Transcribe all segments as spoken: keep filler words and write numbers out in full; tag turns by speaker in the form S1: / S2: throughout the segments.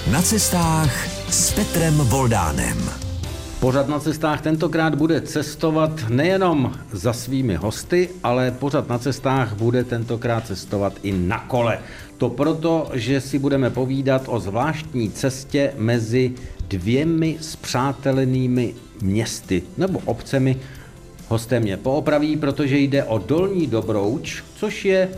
S1: Na cestách s Petrem Voldánem.
S2: Pořad Na cestách tentokrát bude cestovat nejenom za svými hosty, ale pořad Na cestách bude tentokrát cestovat i na kole. To proto, že si budeme povídat o zvláštní cestě mezi dvěmi spřátelenými městy nebo obcemi. Hosté mě poopraví, protože jde o Dolní Dobrouč, což je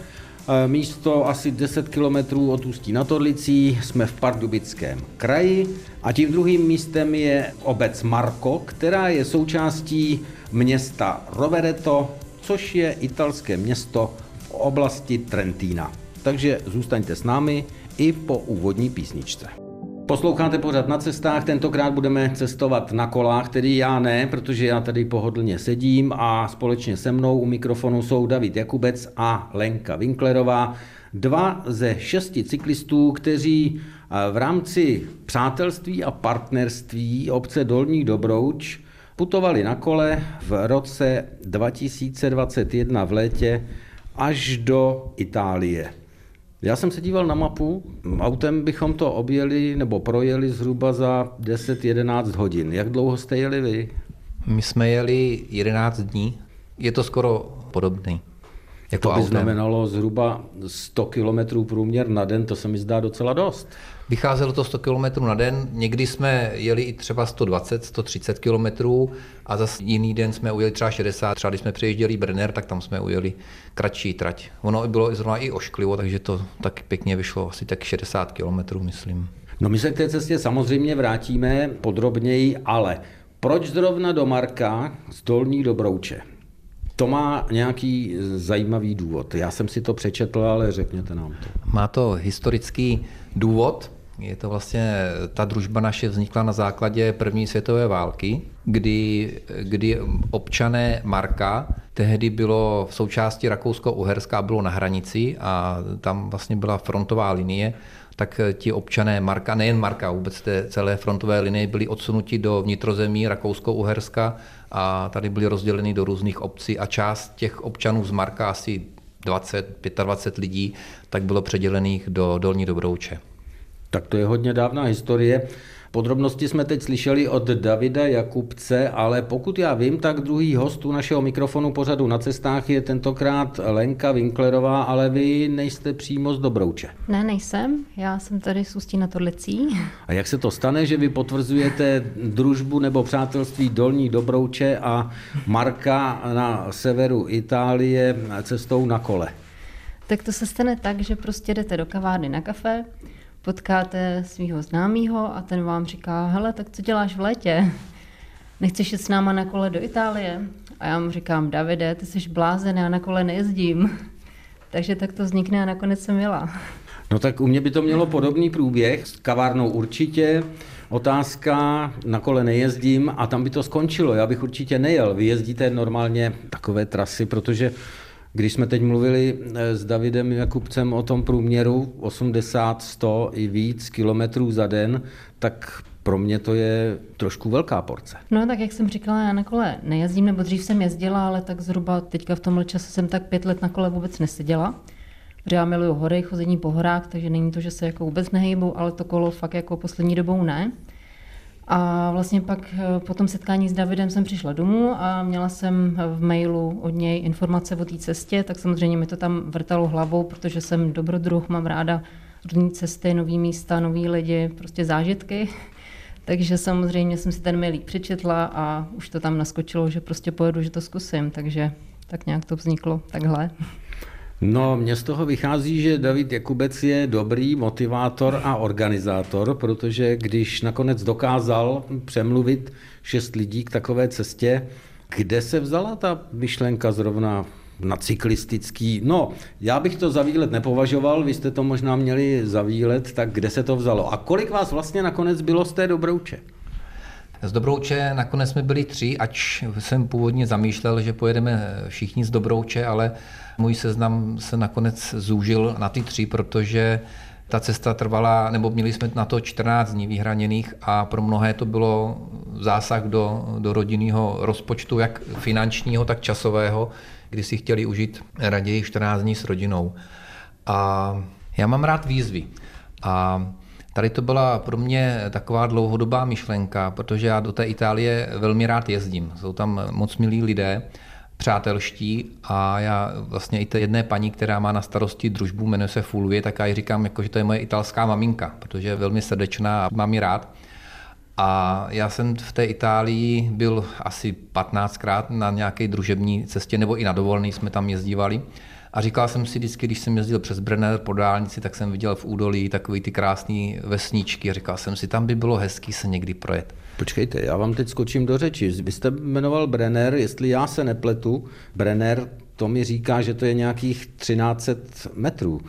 S2: místo asi deset kilometrů od Ústí nad Orlicí, jsme v Pardubickém kraji a tím druhým místem je obec Marko, která je součástí města Rovereto, což je italské město v oblasti Trentína. Takže zůstaňte s námi i po úvodní písničce. Posloucháte pořad Na cestách, tentokrát budeme cestovat na kolách, tedy já ne, protože já tady pohodlně sedím a společně se mnou u mikrofonu jsou David Jakubec a Lenka Winklerová, dva ze šesti cyklistů, kteří v rámci přátelství a partnerství obce Dolní Dobrouč putovali na kole v roce dva tisíce dvacet jedna v létě až do Itálie. Já jsem se díval na mapu, autem bychom to objeli nebo projeli zhruba za deset jedenáct hodin. Jak dlouho jste jeli vy?
S3: My jsme jeli jedenáct dní, je to skoro podobný. Jako
S2: to by
S3: autem.
S2: Znamenalo zhruba sto kilometrů průměr na den, to se mi zdá docela dost.
S3: Vycházelo to sto kilometrů na den, někdy jsme jeli i třeba sto dvacet, sto třicet kilometrů a zase jiný den jsme ujeli třeba šedesát, třeba když jsme přejížděli Brenner, tak tam jsme ujeli kratší trať. Ono bylo zrovna i ošklivo, takže to tak pěkně vyšlo asi tak šedesát kilometrů, myslím.
S2: No my se k té cestě samozřejmě vrátíme podrobněji, ale proč zrovna do Marka z Dolní Dobrouče? To má nějaký zajímavý důvod. Já jsem si to přečetl, ale řekněte nám to.
S3: Má to historický důvod. Je to vlastně, ta družba naše vznikla na základě první světové války, kdy, kdy občané Marka, tehdy bylo v součásti Rakousko-Uherska, bylo na hranici a tam vlastně byla frontová linie, tak ti občané Marka, nejen Marka, vůbec té celé frontové linie byli odsunuti do vnitrozemí Rakousko-Uherska a tady byli rozděleni do různých obcí a část těch občanů z Marka, asi dvacet, dvacet pět lidí, tak bylo předělených do Dolní Dobrouče.
S2: Tak to je hodně dávná historie. Podrobnosti jsme teď slyšeli od Davida Jakubce, ale pokud já vím, tak druhý host u našeho mikrofonu pořadu Na cestách je tentokrát Lenka Winklerová, ale vy nejste přímo z Dobrouče.
S4: Ne, nejsem. Já jsem tady z Ústí nad Orlicí.
S2: A jak se to stane, že vy potvrzujete družbu nebo přátelství Dolní Dobrouče a Marka na severu Itálie cestou na kole?
S4: Tak to se stane tak, že prostě jdete do kavárny na kafe, potkáte svého známého a ten vám říká, hele, tak co děláš v létě? Nechceš jít s náma na kole do Itálie? A já mu říkám, Davide, ty jsi blázen, já na kole nejezdím. Takže tak to vznikne a nakonec jsem jela.
S2: No tak u mě by to mělo podobný průběh, s kavárnou určitě, otázka, na kole nejezdím a tam by to skončilo, já bych určitě nejel. Vy jezdíte normálně takové trasy, protože když jsme teď mluvili s Davidem Jakubcem o tom průměru osmdesát, sto i víc kilometrů za den, tak pro mě to je trošku velká porce.
S4: No tak jak jsem říkala, já na kole nejezdím, nebo dřív jsem jezdila, ale tak zhruba teďka v tomhle čase jsem tak pět let na kole vůbec neseděla. Protože já miluju hory, chození po horách, takže není to, že se jako vůbec nehejbu, ale to kolo fakt jako poslední dobou ne. A vlastně pak po tom setkání s Davidem jsem přišla domů a měla jsem v mailu od něj informace o té cestě, tak samozřejmě mi to tam vrtalo hlavou, protože jsem dobrodruh, mám ráda různé cesty, nový místa, noví lidi, prostě zážitky. Takže samozřejmě jsem si ten mailík přečetla a už to tam naskočilo, že prostě pojedu, že to zkusím, takže tak nějak to vzniklo takhle.
S2: No, mně z toho vychází, že David Jakubec je dobrý motivátor a organizátor, protože když nakonec dokázal přemluvit šest lidí k takové cestě, kde se vzala ta myšlenka zrovna na cyklistický? No, já bych to za výlet nepovažoval, vy jste to možná měli za výlet, tak kde se to vzalo? A kolik vás vlastně nakonec bylo z té Dobrouče?
S3: Z Dobrouče nakonec jsme byli tři, ač jsem původně zamýšlel, že pojedeme všichni z Dobrouče, ale můj seznam se nakonec zúžil na ty tři, protože ta cesta trvala, nebo měli jsme na to čtrnáct dní vyhraněných a pro mnohé to bylo zásah do, do rodinného rozpočtu, jak finančního, tak časového, kdy si chtěli užít raději čtrnáct dní s rodinou. A já mám rád výzvy. A Tady to byla pro mě taková dlouhodobá myšlenka, protože já do té Itálie velmi rád jezdím. Jsou tam moc milí lidé, přátelští a já vlastně i té jedné paní, která má na starosti družbu, jmenuje se Fulvie, tak já ji říkám, jako, že to je moje italská maminka, protože je velmi srdečná a mám ji rád. A já jsem v té Itálii byl asi patnáctkrát na nějaké družební cestě, nebo i na dovolený jsme tam jezdívali. A říkal jsem si vždycky, když jsem jezdil přes Brenner po dálnici, tak jsem viděl v údolí takový ty krásné vesničky a říkal jsem si, tam by bylo hezký se někdy projet.
S2: Počkejte, já vám teď skočím do řeči. Vy jste jmenoval Brenner, jestli já se nepletu, Brenner, to mi říká, že to je nějakých třináct set metrů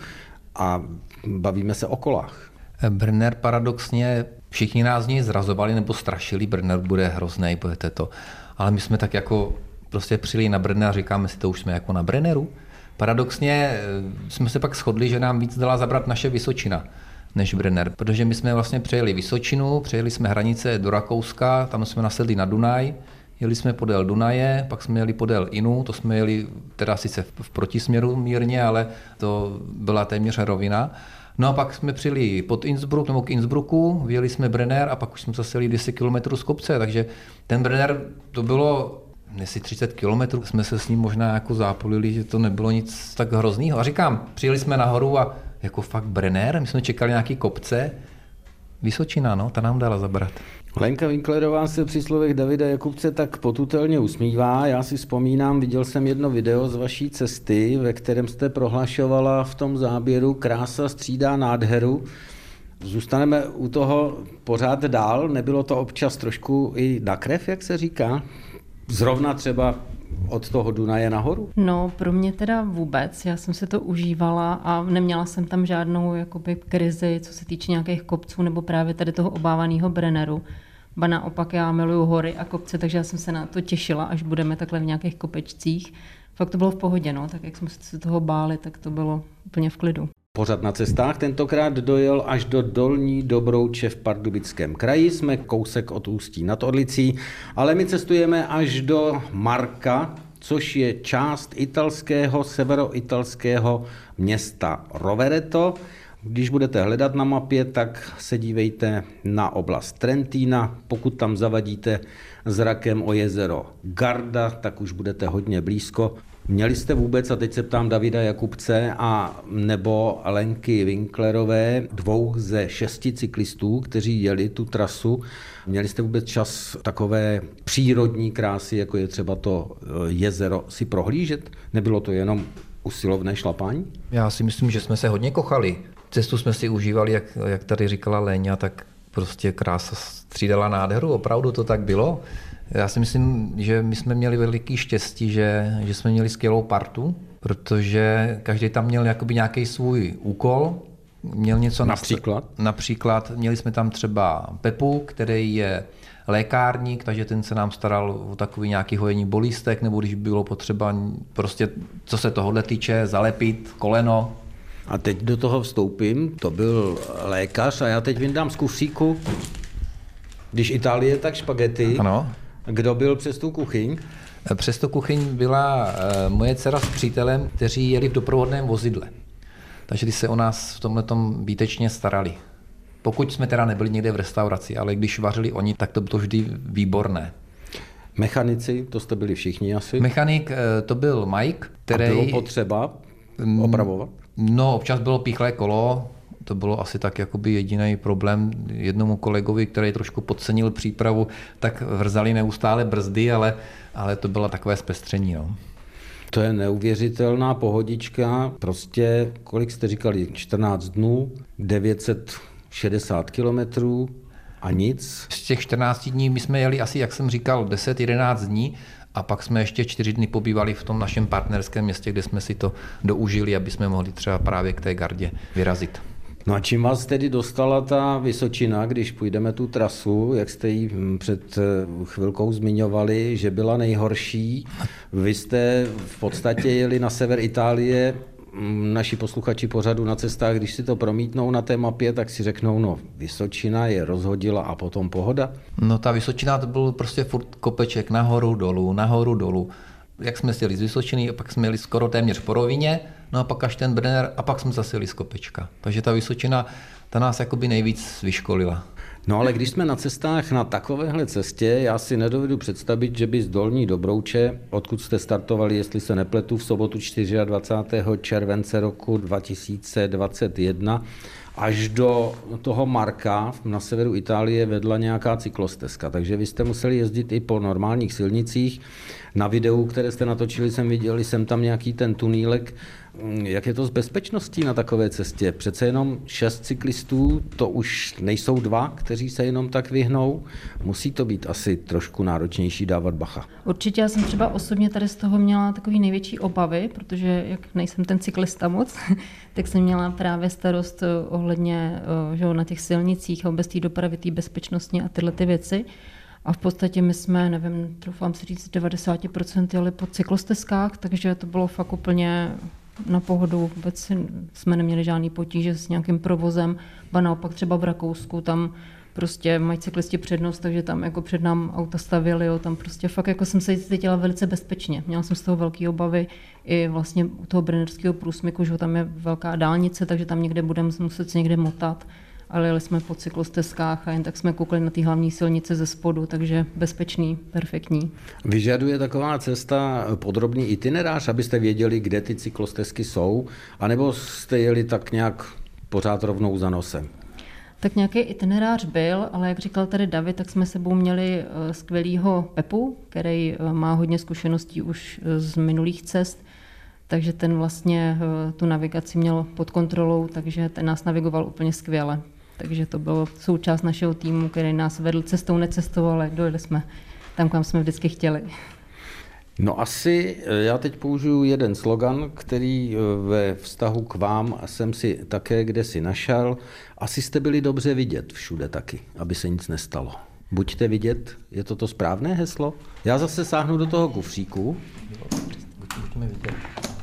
S2: a bavíme se o kolách.
S3: Brenner paradoxně, všichni nás z něj zrazovali nebo strašili, Brenner bude hrozný, budete to. Ale my jsme tak jako prostě přijeli na Brenner a říkáme si, to už jsme jako na Brenneru. Paradoxně jsme se pak shodli, že nám víc dala zabrat naše Vysočina než Brenner, protože my jsme vlastně přejeli Vysočinu, přejeli jsme hranice do Rakouska, tam jsme nasedli na Dunaj, jeli jsme podél Dunaje, pak jsme jeli podél Inu, to jsme jeli teda sice v protisměru mírně, ale to byla téměř rovina. No a pak jsme přijeli pod Innsbruck, nebo k Innsbrucku, vyjeli jsme Brenner a pak už jsme zase jeli deset kilometrů z kopce, takže ten Brenner to bylo asi třicet kilometrů, jsme se s ním možná jako zápolili, že to nebylo nic tak hroznýho. A říkám, přijeli jsme nahoru a jako fakt Brenner, my jsme čekali nějaký kopce, Vysočina, no, ta nám dala zabrat.
S2: Lenka Winklerová se při slovech Davida Jakubce tak potutelně usmívá. Já si vzpomínám, viděl jsem jedno video z vaší cesty, ve kterém jste prohlašovala v tom záběru krása střídá nádheru. Zůstaneme u toho pořád dál, nebylo to občas trošku i na krev, jak se říká? Zrovna třeba od toho Dunaje nahoru?
S4: No, pro mě teda vůbec. Já jsem si to užívala a neměla jsem tam žádnou jakoby krizi, co se týče nějakých kopců nebo právě tady toho obávaného Brenneru. Ba naopak já miluju hory a kopce, takže já jsem se na to těšila, až budeme takhle v nějakých kopečcích. Fakt to bylo v pohodě, no, tak jak jsme se toho báli, tak to bylo úplně v klidu.
S2: Pořad na cestách tentokrát dojel až do Dolní Dobrouče v Pardubickém kraji, jsme kousek od Ústí nad Orlicí, ale my cestujeme až do Marka, což je část italského, severoitalského města Rovereto. Když budete hledat na mapě, tak se dívejte na oblast Trentína. Pokud tam zavadíte zrakem o jezero Garda, tak už budete hodně blízko. Měli jste vůbec, a teď se ptám Davida Jakubce a nebo Lenky Winklerové, dvou ze šesti cyklistů, kteří jeli tu trasu, měli jste vůbec čas takové přírodní krásy, jako je třeba to jezero, si prohlížet? Nebylo to jenom usilovné šlapání?
S3: Já si myslím, že jsme se hodně kochali. Cestu jsme si užívali, jak, jak tady říkala Léňa, tak prostě krása střídala nádheru, opravdu to tak bylo. Já si myslím, že my jsme měli veliký štěstí, že, že jsme měli skvělou partu, protože každý tam měl jakoby nějaký svůj úkol. Měl něco
S2: například?
S3: Na, například měli jsme tam třeba Pepu, který je lékárník, takže ten se nám staral o takový nějaký hojení bolístek, nebo když bylo potřeba prostě, co se tohohle týče, zalepit koleno.
S2: A teď do toho vstoupím, to byl lékař a já teď vyndám z kufříku, když Itálie, tak špagety.
S3: Ano.
S2: Kdo byl přes tu kuchyň?
S3: Přes tu kuchyň byla moje dcera s přítelem, kteří jeli v doprovodném vozidle. Takže ty se o nás v tomhletom výtečně starali. Pokud jsme teda nebyli někde v restauraci, ale když vařili oni, tak to bylo vždy výborné.
S2: Mechanici, to jste byli všichni asi?
S3: Mechanik to byl Mike, který...
S2: A bylo potřeba opravovat?
S3: No, občas bylo píchlé kolo, to bylo asi tak jakoby jediný problém. Jednomu kolegovi, který trošku podcenil přípravu, tak vrzali neustále brzdy, ale, ale to bylo takové zpestření. No.
S2: To je neuvěřitelná pohodička, prostě, kolik jste říkali, čtrnáct dnů, devět set šedesát kilometrů a nic.
S3: Z těch čtrnácti dní my jsme jeli asi, jak jsem říkal, deset jedenáct dní a pak jsme ještě čtyři dny pobývali v tom našem partnerském městě, kde jsme si to doužili, aby jsme mohli třeba právě k té Gardě vyrazit.
S2: No a čím vás tedy dostala ta Vysočina, když půjdeme tu trasu, jak jste ji před chvilkou zmiňovali, že byla nejhorší. Vy jste v podstatě jeli na sever Itálie, naši posluchači pořadu Na cestách, když si to promítnou na té mapě, tak si řeknou, no Vysočina je rozhodila a potom pohoda.
S3: No ta Vysočina to byl prostě furt kopeček nahoru, dolů, nahoru, dolů. Jak jsme sjeli z Vysočiny, a pak jsme jeli skoro téměř po rovině, no a pak až ten Brenner a pak jsme zase jeli z kopečka. Takže ta Vysočina ta nás jakoby nejvíc vyškolila.
S2: No ale když jsme na cestách na takovéhle cestě, já si nedovedu představit, že by z Dolní Dobrouče, odkud jste startovali, jestli se nepletu, v sobotu dvacátého čtvrtého července roku dva tisíce dvacet jedna, až do toho Marka na severu Itálie vedla nějaká cyklostezka, takže vy jste museli jezdit i po normálních silnicích. Na videu, které jste natočili, jsem viděl, jsem tam nějaký ten tunílek. Jak je to s bezpečností na takové cestě? Přece jenom šest cyklistů, to už nejsou dva, kteří se jenom tak vyhnou. Musí to být asi trošku náročnější dávat bacha.
S4: Určitě, já jsem třeba osobně tady z toho měla takový největší obavy, protože jak nejsem ten cyklista moc, tak jsem měla právě starost ohledně že na těch silnicích, vůbec té dopravy, té bezpečnostní a tyhle ty věci. A v podstatě my jsme, nevím, troufám si říct, devadesát procent jeli po cyklostezkách, takže to bylo fakt úplně na pohodu. Vůbec jsme neměli žádný potíže s nějakým provozem, ba naopak třeba v Rakousku, tam prostě mají cyklisti přednost, takže tam jako před nám auta stavěli, jo, tam prostě fakt jako jsem se cítila velice bezpečně. Měla jsem z toho velké obavy i vlastně u toho Brennerského průsmyku, že tam je velká dálnice, takže tam někde budeme muset se někde motat. Ale jeli jsme po cyklostezkách a jen tak jsme koukali na ty hlavní silnice ze spodu, takže bezpečný, perfektní.
S2: Vyžaduje taková cesta podrobný itinerář, abyste věděli, kde ty cyklostezky jsou, anebo jste jeli tak nějak pořád rovnou za nosem?
S4: Tak nějaký itinerář byl, ale jak říkal tady David, tak jsme sebou měli skvělýho Pepu, který má hodně zkušeností už z minulých cest, takže ten vlastně tu navigaci měl pod kontrolou, takže ten nás navigoval úplně skvěle. Takže to byl součást našeho týmu, který nás vedl cestou, necestou, ale dojeli jsme tam, kam jsme vždycky chtěli.
S2: No asi, já teď použiju jeden slogan, který ve vztahu k vám jsem si také kdesi našel. Asi jste byli dobře vidět všude taky, aby se nic nestalo. Buďte vidět, je to to správné heslo? Já zase sáhnu do toho kufříku.
S3: Buďme vidět.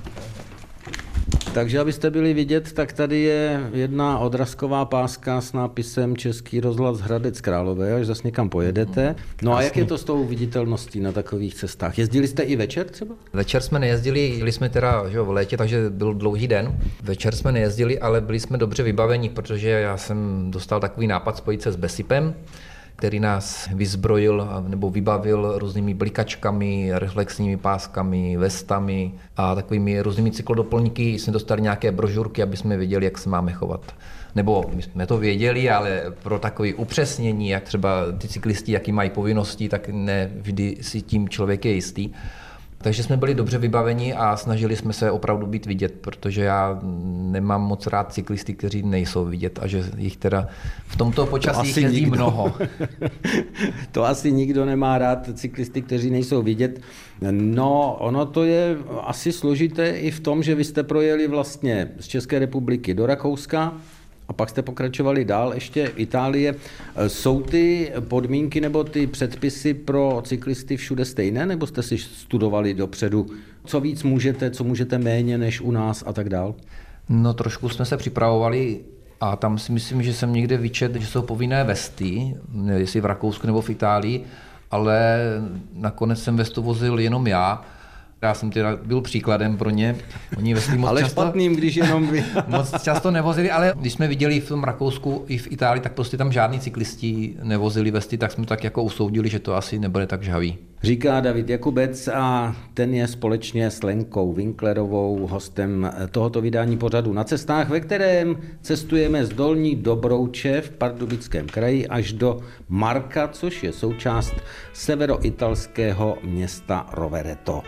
S2: Takže abyste byli vidět, tak tady je jedna odrazková páska s nápisem Český rozhlas Hradec Králové, až zase někam pojedete. No a jak je to s tou viditelností na takových cestách? Jezdili jste i večer třeba?
S3: Večer jsme nejezdili, jeli jsme teda že, v létě, takže byl dlouhý den. Večer jsme nejezdili, ale byli jsme dobře vybaveni, protože já jsem dostal takový nápad spojit se s Besipem, který nás vyzbrojil nebo vybavil různými blikačkami, reflexními páskami, vestami a takovými různými cyklodoplňky. Jsme dostali nějaké brožurky, aby jsme věděli, jak se máme chovat. Nebo my jsme to věděli, ale pro takové upřesnění, jak třeba ty cyklisti, jaký mají povinnosti, tak ne vždy si tím člověk je jistý. Takže jsme byli dobře vybaveni a snažili jsme se opravdu být vidět, protože já nemám moc rád cyklisty, kteří nejsou vidět a že jich teda v tomto počasí jezdí mnoho.
S2: To asi nikdo nemá rád cyklisty, kteří nejsou vidět. No, ono to je asi složité i v tom, že vy jste projeli vlastně z České republiky do Rakouska, a pak jste pokračovali dál, ještě Itálie. Jsou ty podmínky nebo ty předpisy pro cyklisty všude stejné, nebo jste si studovali dopředu, co víc můžete, co můžete méně než u nás a tak dál?
S3: No trošku jsme se připravovali a tam si myslím, že jsem někde vyčet, že jsou povinné vesty, jestli v Rakousku nebo v Itálii, ale nakonec jsem vestu vozil jenom já. Já jsem teda byl příkladem pro ně. Oni vesty moc
S2: ale
S3: často,
S2: špatným, když jenom vy.
S3: moc často nevozili, ale když jsme viděli v tom Rakousku i v Itálii, tak prostě tam žádní cyklisti nevozili vesty, tak jsme tak jako usoudili, že to asi nebude tak žhavý.
S2: Říká David Jakubec a ten je společně s Lenkou Winklerovou hostem tohoto vydání pořadu Na cestách, ve kterém cestujeme z Dolní Dobrouče v Pardubickém kraji až do Marka, což je součást severoitalského města Rovereto.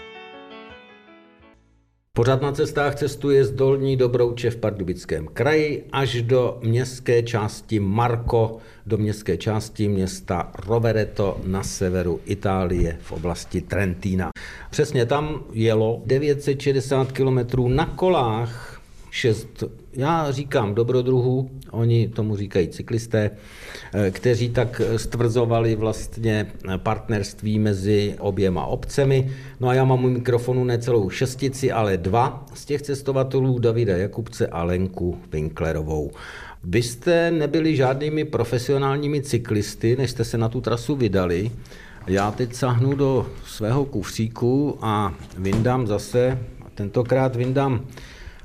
S2: Pořad Na cestách cestuje z Dolní Dobrouče v Pardubickém kraji až do městské části Marko, do městské části města Rovereto na severu Itálie v oblasti Trentína. Přesně tam jelo devět set šedesát kilometrů na kolách, šest, já říkám dobrodruhů, oni tomu říkají cyklisté, kteří tak stvrzovali vlastně partnerství mezi oběma obcemi. No a já mám u mikrofonu ne celou šestici, ale dva z těch cestovatelů, Davida Jakubce a Lenku Winklerovou. Vy jste nebyli žádnými profesionálními cyklisty, než jste se na tu trasu vydali. Já teď sáhnu do svého kufříku a vyndám zase, a tentokrát vyndám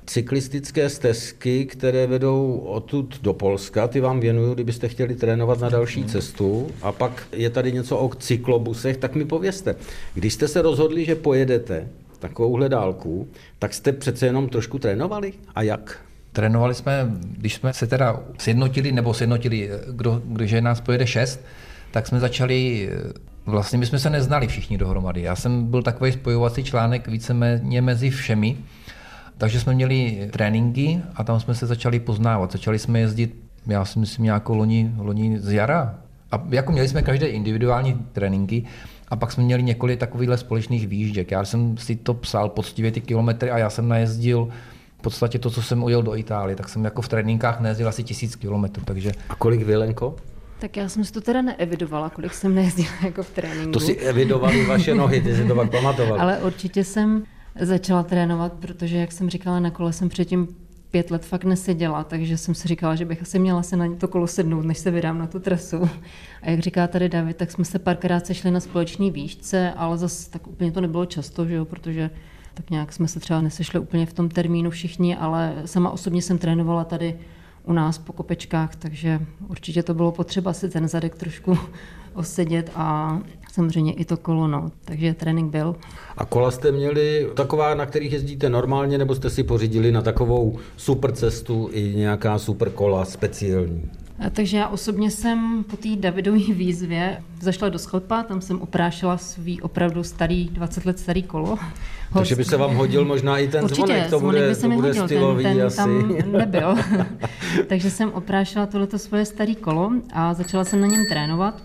S2: Cyklistické stezky, které vedou odtud do Polska, ty vám věnuju, kdybyste chtěli trénovat na další cestu. A pak je tady něco o cyklobusech, tak mi povězte. Když jste se rozhodli, že pojedete takovouhle dálku, tak jste přece jenom trošku trénovali? A jak?
S3: Trénovali jsme, když jsme se teda sjednotili, nebo sjednotili, kdo, když nás pojede šest, tak jsme začali, vlastně my jsme se neznali všichni dohromady. Já jsem byl takový spojovací článek víceméně mezi všemi, takže jsme měli tréninky a tam jsme se začali poznávat. Začali jsme jezdit, já si myslím, nějakou loni, loni z jara. A jako měli jsme každé individuální tréninky a pak jsme měli několik takovýchhle společných výjížděk. Já jsem si to psal poctivě ty kilometry a já jsem najezdil v podstatě to, co jsem ujel do Itálie, tak jsem jako v tréninkách nejezdil asi tisíc kilometrů. Takže...
S2: A kolik vy, Lenko?
S4: Tak já jsem si to teda neevidovala, kolik jsem nejezdila jako v tréninku.
S2: To si evidovali vaše nohy, ty si to pak pamatovali.
S4: Ale určitě jsem začala trénovat, protože, jak jsem říkala, na kole jsem předtím pět let fakt neseděla, takže jsem si říkala, že bych asi měla se na to kolo sednout, než se vydám na tu trasu. A jak říká tady David, tak jsme se párkrát sešli na společný výšce, ale zase tak úplně to nebylo často, že jo, protože tak nějak jsme se třeba nesešli úplně v tom termínu všichni, ale sama osobně jsem trénovala tady u nás po kopečkách, takže určitě to bylo potřeba si ten zadek trošku osedět a samozřejmě i to kolo, no. Takže trénink byl.
S2: A kola jste měli taková, na kterých jezdíte normálně, nebo jste si pořídili na takovou super cestu i nějaká super kola speciální?
S4: A takže já osobně jsem po té Davidové výzvě zašla do Schelpa, tam jsem oprášila svý opravdu starý, dvacet let starý kolo.
S2: Takže by se vám hodil možná i ten
S4: určitě,
S2: zvonek, to bude,
S4: by se
S2: to bude
S4: hodil,
S2: stylový
S4: ten, ten
S2: asi.
S4: tam nebyl. Takže jsem oprášila tohleto svoje staré kolo a začala jsem na něm trénovat.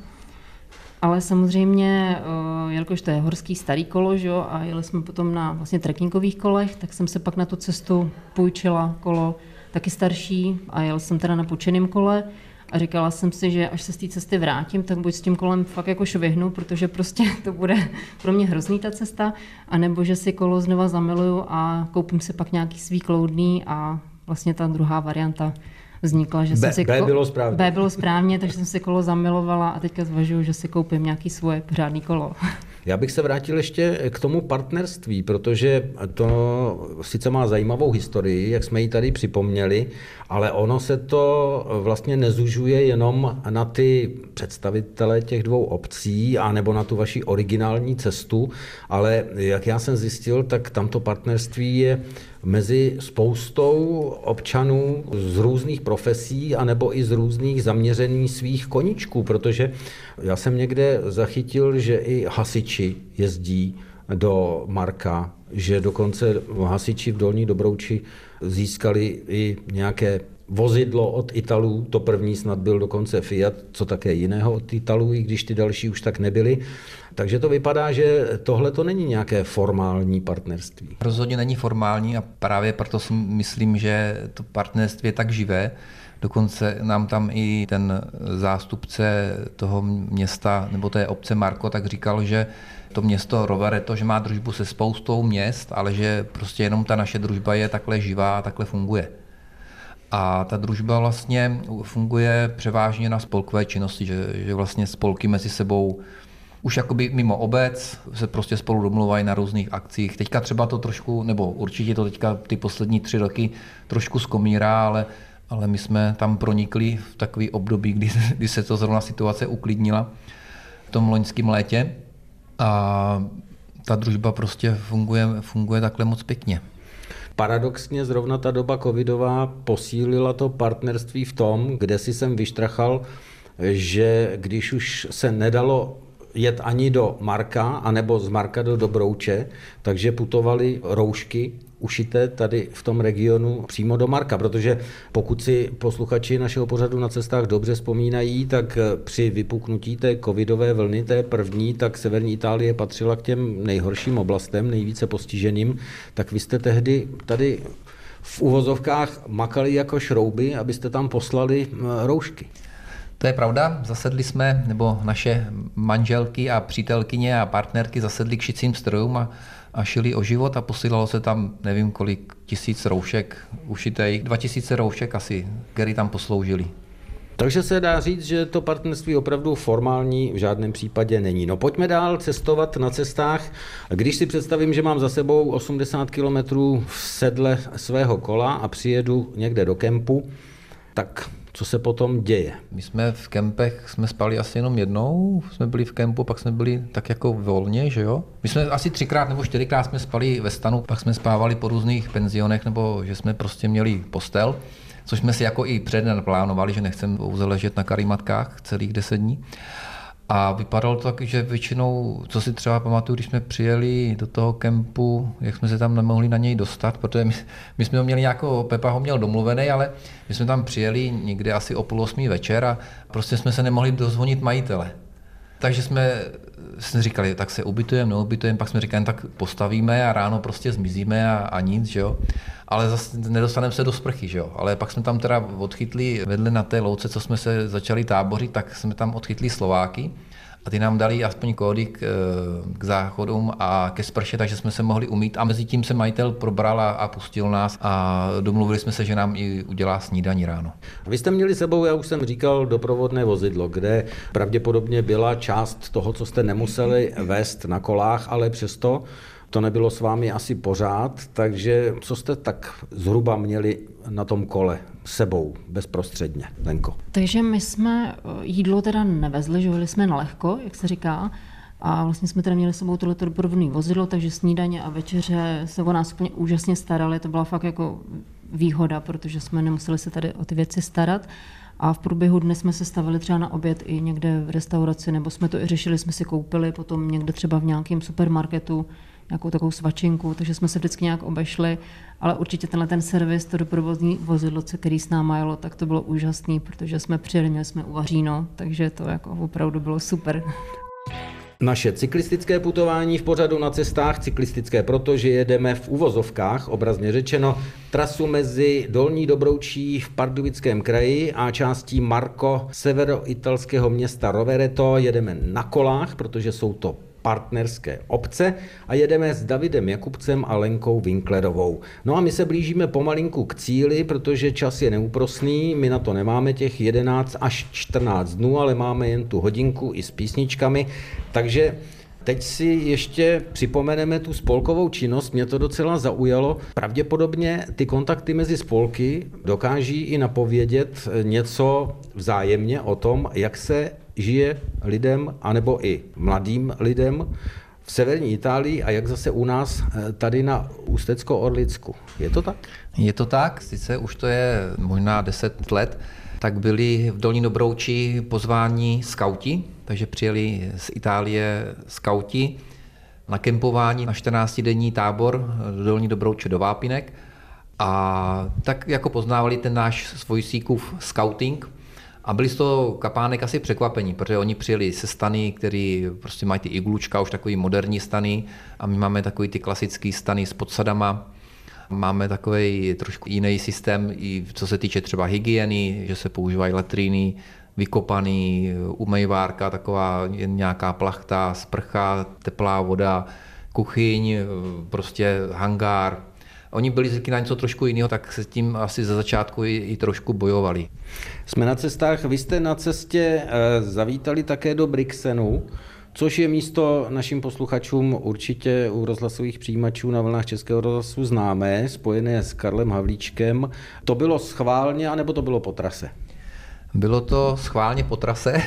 S4: Ale samozřejmě, jelikož to je horský starý kolo, že jo, a jeli jsme potom na vlastně trekkingových kolech, tak jsem se pak na tu cestu půjčila kolo taky starší a jel jsem teda na půjčeném kole a říkala jsem si, že až se z té cesty vrátím, tak buď s tím kolem fakt jako švihnu, protože prostě to bude pro mě hrozný ta cesta, anebo že si kolo znova zamiluju a koupím si pak nějaký svý kloudný a vlastně ta druhá varianta vznikla, že
S2: B,
S4: jsem si
S2: B
S4: ko-
S2: bylo správně.
S4: B bylo správně, takže jsem si kolo zamilovala a teďka zvažuju, že si koupím nějaký svoje pořádný kolo.
S2: Já bych se vrátil ještě k tomu partnerství, protože to sice má zajímavou historii, jak jsme ji tady připomněli, ale ono se to vlastně nezužuje jenom na ty představitele těch dvou obcí a nebo na tu vaši originální cestu, ale jak já jsem zjistil, tak tamto partnerství je mezi spoustou občanů z různých profesí anebo i z různých zaměření svých koníčků, protože já jsem někde zachytil, že i hasiči jezdí do Marka, že dokonce hasiči v Dolní Dobrouči získali i nějaké vozidlo od Italů, to první snad byl dokonce Fiat, co také jiného od Italů, i když ty další už tak nebyly. Takže to vypadá, že tohle to není nějaké formální partnerství.
S3: Rozhodně není formální a právě proto si myslím, že to partnerství je tak živé. Dokonce nám tam i ten zástupce toho města nebo té obce Marko tak říkal, že to město Rovereto, že má družbu se spoustou měst, ale že prostě jenom ta naše družba je takhle živá a takhle funguje. A ta družba vlastně funguje převážně na spolkové činnosti, že, že vlastně spolky mezi sebou už jakoby mimo obec se prostě spolu domluvají na různých akcích. Teďka třeba to trošku, nebo určitě to teďka ty poslední tři roky trošku skomírá, ale, ale my jsme tam pronikli v takový období, kdy, kdy se to zrovna situace uklidnila v tom loňském létě a ta družba prostě funguje, funguje takhle moc pěkně.
S2: Paradoxně zrovna ta doba covidová posílila to partnerství v tom, kde si jsem vyštrachal, že když už se nedalo jet ani do Marka, anebo z Marka do Dobrouče, takže putovali roušky ušité tady v tom regionu přímo do Marka, protože pokud si posluchači našeho pořadu Na cestách dobře vzpomínají, tak při vypuknutí té covidové vlny, té první, tak severní Itálie patřila k těm nejhorším oblastem, nejvíce postiženým, tak vy jste tehdy tady v uvozovkách makali jako šrouby, abyste tam poslali roušky.
S3: To je pravda, zasedli jsme, nebo naše manželky a přítelkyně a partnerky zasedli k šicím strojům a, a šili o život a posílalo se tam nevím kolik tisíc roušek ušitej, dva tisíce roušek asi, které tam posloužili.
S2: Takže se dá říct, že to partnerství opravdu formální v žádném případě není. No pojďme dál cestovat na cestách. Když si představím, že mám za sebou osmdesát kilometrů v sedle svého kola a přijedu někde do kempu, tak co se potom děje?
S3: My jsme v kempech jsme spali asi jenom jednou, jsme byli v kempu, pak jsme byli tak jako volně, že jo? My jsme asi třikrát nebo čtyřikrát jsme spali ve stanu, pak jsme spávali po různých penzionech, nebo že jsme prostě měli postel, což jsme si jako i předem plánovali, že nechceme pouze ležet na karimatkách celých deset dní. A vypadalo to tak, že většinou, co si třeba pamatuju, když jsme přijeli do toho kempu, jak jsme se tam nemohli na něj dostat, protože my, my jsme ho měli jako, Pepa ho měl domluvený, ale my jsme tam přijeli někde asi o půl osmý večer a prostě jsme se nemohli dozvonit majitele. Takže jsme, jsme říkali, tak se ubytujeme, neubytujeme, pak jsme říkali, tak postavíme a ráno prostě zmizíme a, a nic, že jo. Ale zase nedostaneme se do sprchy, že jo. Ale pak jsme tam teda odchytli vedle na té louce, co jsme se začali tábořit, tak jsme tam odchytli Slováky a ty nám dali aspoň kódy k, k záchodům a ke sprše, takže jsme se mohli umýt a mezi tím se majitel probral a, a pustil nás a domluvili jsme se, že nám i udělá snídani ráno.
S2: Vy jste měli sebou, já už jsem říkal, doprovodné vozidlo, kde pravděpodobně byla část toho, co jste nemuseli vést na kolách, ale přesto to nebylo s vámi asi pořád, takže co jste tak zhruba měli na tom kole sebou bezprostředně, Lenko?
S4: Takže my jsme jídlo teda nevezli, že jeli jsme na lehko, jak se říká, a vlastně jsme teda měli sebou tohleto doprovodné vozidlo, takže snídaně a večeře se o nás úplně úžasně starali, to byla fakt jako výhoda, protože jsme nemuseli se tady o ty věci starat. A v průběhu dne jsme se stavili třeba na oběd i někde v restauraci, nebo jsme to i řešili, jsme si koupili potom někde třeba v nějakém supermarketu nějakou takovou svačinku, takže jsme se vždycky nějak obešli, ale určitě tenhle ten servis, to doprovodní vozidlo, který s náma jelo, tak to bylo úžasný, protože jsme přijeli, měli jsme uvaříno, takže to jako opravdu bylo super.
S2: Naše cyklistické putování v pořadu Na cestách, cyklistické, protože jedeme v uvozovkách, obrazně řečeno, trasu mezi Dolní Dobroučí v Pardubickém kraji a částí Marko severoitalského města Rovereto. Jedeme na kolách, protože jsou to partnerské obce a jedeme s Davidem Jakubcem a Lenkou Winklerovou. No a my se blížíme pomalinku k cíli, protože čas je neúprosný, my na to nemáme těch jedenáct až čtrnáct dnů, ale máme jen tu hodinku i s písničkami, takže teď si ještě připomeneme tu spolkovou činnost, mě to docela zaujalo. Pravděpodobně ty kontakty mezi spolky dokáží i napovědět něco vzájemně o tom, jak se žije lidem, anebo i mladým lidem v severní Itálii a jak zase u nás tady na Ústecko-Orlicku. Je to tak?
S3: Je to tak, sice už to je možná deset let, tak byli v Dolní Dobrouči pozváni skauti, takže přijeli z Itálie skauti na kempování na čtrnáctidenní tábor do Dolní Dobrouče do Vápinek a tak jako poznávali ten náš Svojsíkův skauting. A byli z toho kapánek asi překvapení, protože oni přijeli se stany, který prostě mají ty iglučka, už takový moderní stany a my máme takový ty klasický stany s podsadama. Máme takový trošku jiný systém, i co se týče třeba hygieny, že se používají latríny, vykopaný, umývárka, taková nějaká plachta, sprcha, teplá voda, kuchyň, prostě hangár. Oni byli zvyklí na něco trošku jiného, tak se tím asi ze začátku i, i trošku bojovali.
S2: Jsme na cestách, vy jste na cestě e, zavítali také do Brixenu, což je místo našim posluchačům určitě u rozhlasových přijímačů na vlnách Českého rozhlasu známé, spojené s Karlem Havlíčkem. To bylo schválně, anebo to bylo po trase?
S3: Bylo to schválně po trase,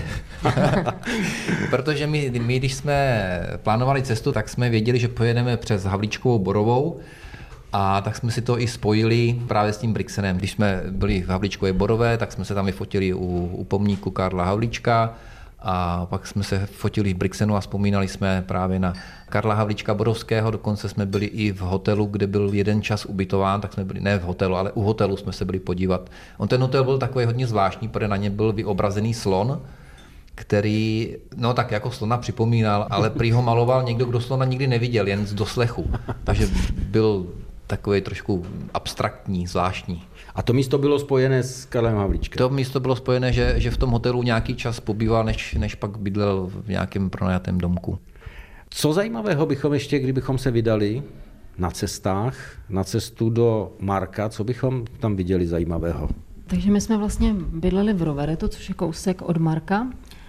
S3: protože my, my, když jsme plánovali cestu, tak jsme věděli, že pojedeme přes Havlíčkovou Borovou, a tak jsme si to i spojili právě s tím Brixenem. Když jsme byli v Havlíčkové Borové, tak jsme se tam vyfotili u, u pomníku Karla Havlíčka a pak jsme se fotili v Brixenu a vzpomínali jsme právě na Karla Havlíčka Borovského. Dokonce jsme byli i v hotelu, kde byl jeden čas ubytován, tak jsme byli ne v hotelu, ale u hotelu jsme se byli podívat. On ten hotel byl takový hodně zvláštní, protože na něm byl vyobrazený slon, který, no tak jako slona připomínal, ale prý ho maloval někdo, kdo slona nikdy neviděl, jen z doslechu. Takže byl takový trošku abstraktní, zvláštní.
S2: A to místo bylo spojené s Karlem Havlíčkem?
S3: To místo bylo spojené, že, že v tom hotelu nějaký čas pobýval, než, než pak bydlel v nějakém pronajatém domku.
S2: Co zajímavého bychom ještě, kdybychom se vydali na cestách, na cestu do Marka, co bychom tam viděli zajímavého?
S4: Takže my jsme vlastně bydleli v Roveretu, což je kousek od Marka.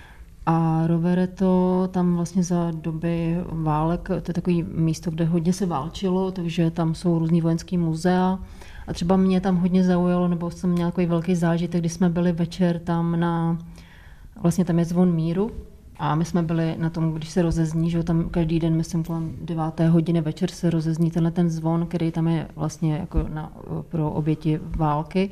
S4: A Rovereto tam vlastně za doby válek, to je takový místo, kde hodně se válčilo, takže tam jsou různý vojenský muzea. A třeba mě tam hodně zaujalo, nebo jsem měla takový velký zážitek, když jsme byli večer tam na, vlastně tam je zvon míru. A my jsme byli na tom, když se rozezní, že tam každý den, myslím, kolem deváté hodiny večer se rozezní tenhle ten zvon, který tam je vlastně jako na, pro oběti války.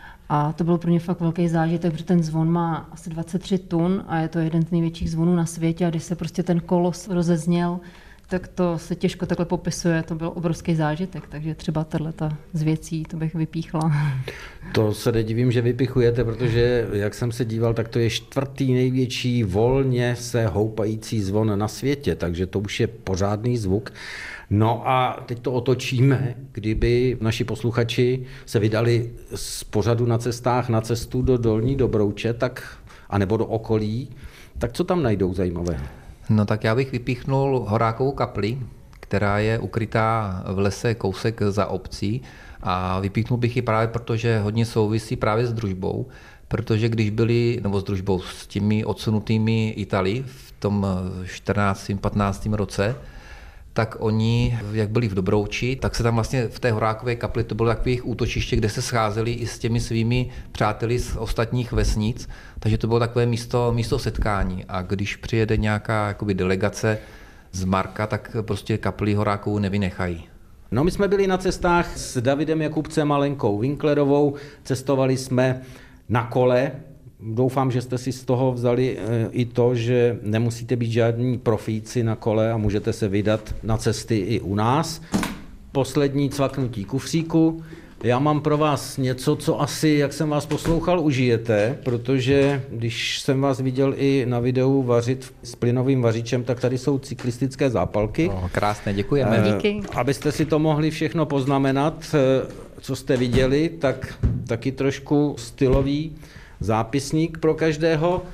S4: A to byl pro mě fakt velký zážitek, protože ten zvon má asi dvacet tři tun a je to jeden z největších zvonů na světě a když se prostě ten kolos rozezněl, tak to se těžko takhle popisuje, to byl obrovský zážitek, takže třeba tato z věcí, to bych vypíchla.
S2: To se nedivím, že vypichujete, protože jak jsem se díval, tak to je čtvrtý největší volně se houpající zvon na světě, takže to už je pořádný zvuk. No a teď to otočíme, kdyby naši posluchači se vydali z pořadu Na cestách na cestu do Dolní Dobrouče, tak, anebo do okolí, tak co tam najdou zajímavého?
S3: No tak já bych vypíchnul Horákovou kapli, která je ukrytá v lese kousek za obcí a vypíchnul bych ji právě proto, že hodně souvisí právě s družbou, protože když byli, nebo s družbou, s těmi odsunutými Italy v tom čtrnáctém patnáctém roce, tak oni, jak byli v Dobrouči, tak se tam vlastně v té Horákové kapli, to bylo takové jejich útočiště, kde se scházeli i s těmi svými přáteli z ostatních vesnic, takže to bylo takové místo, místo setkání. A když přijede nějaká jakoby delegace z Marka, tak prostě kapli Horákovou nevynechají.
S2: No my jsme byli na cestách s Davidem Jakubcem a Lenkou Winklerovou, cestovali jsme na kole. Doufám, že jste si z toho vzali i to, že nemusíte být žádní profíci na kole a můžete se vydat na cesty i u nás. Poslední cvaknutí kufříku. Já mám pro vás něco, co asi, jak jsem vás poslouchal, užijete, protože když jsem vás viděl i na videu vařit s plynovým vařičem, tak tady jsou cyklistické zápalky.
S3: No, krásné, děkujeme.
S4: Díky.
S2: Abyste si to mohli všechno poznamenat, co jste viděli, tak taky trošku stylový zápisník pro každého.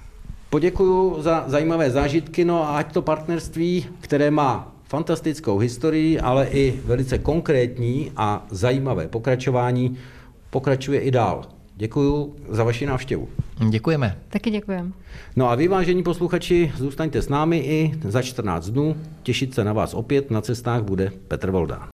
S2: Poděkuju za zajímavé zážitky, no a ať to partnerství, které má fantastickou historii, ale i velice konkrétní a zajímavé pokračování, pokračuje i dál. Děkuju za vaši návštěvu.
S3: Děkujeme.
S4: Taky děkujeme.
S2: No a vy, vážení posluchači, zůstaňte s námi i za čtrnáct dnů. Těšit se na vás opět na cestách bude Petr Voldán.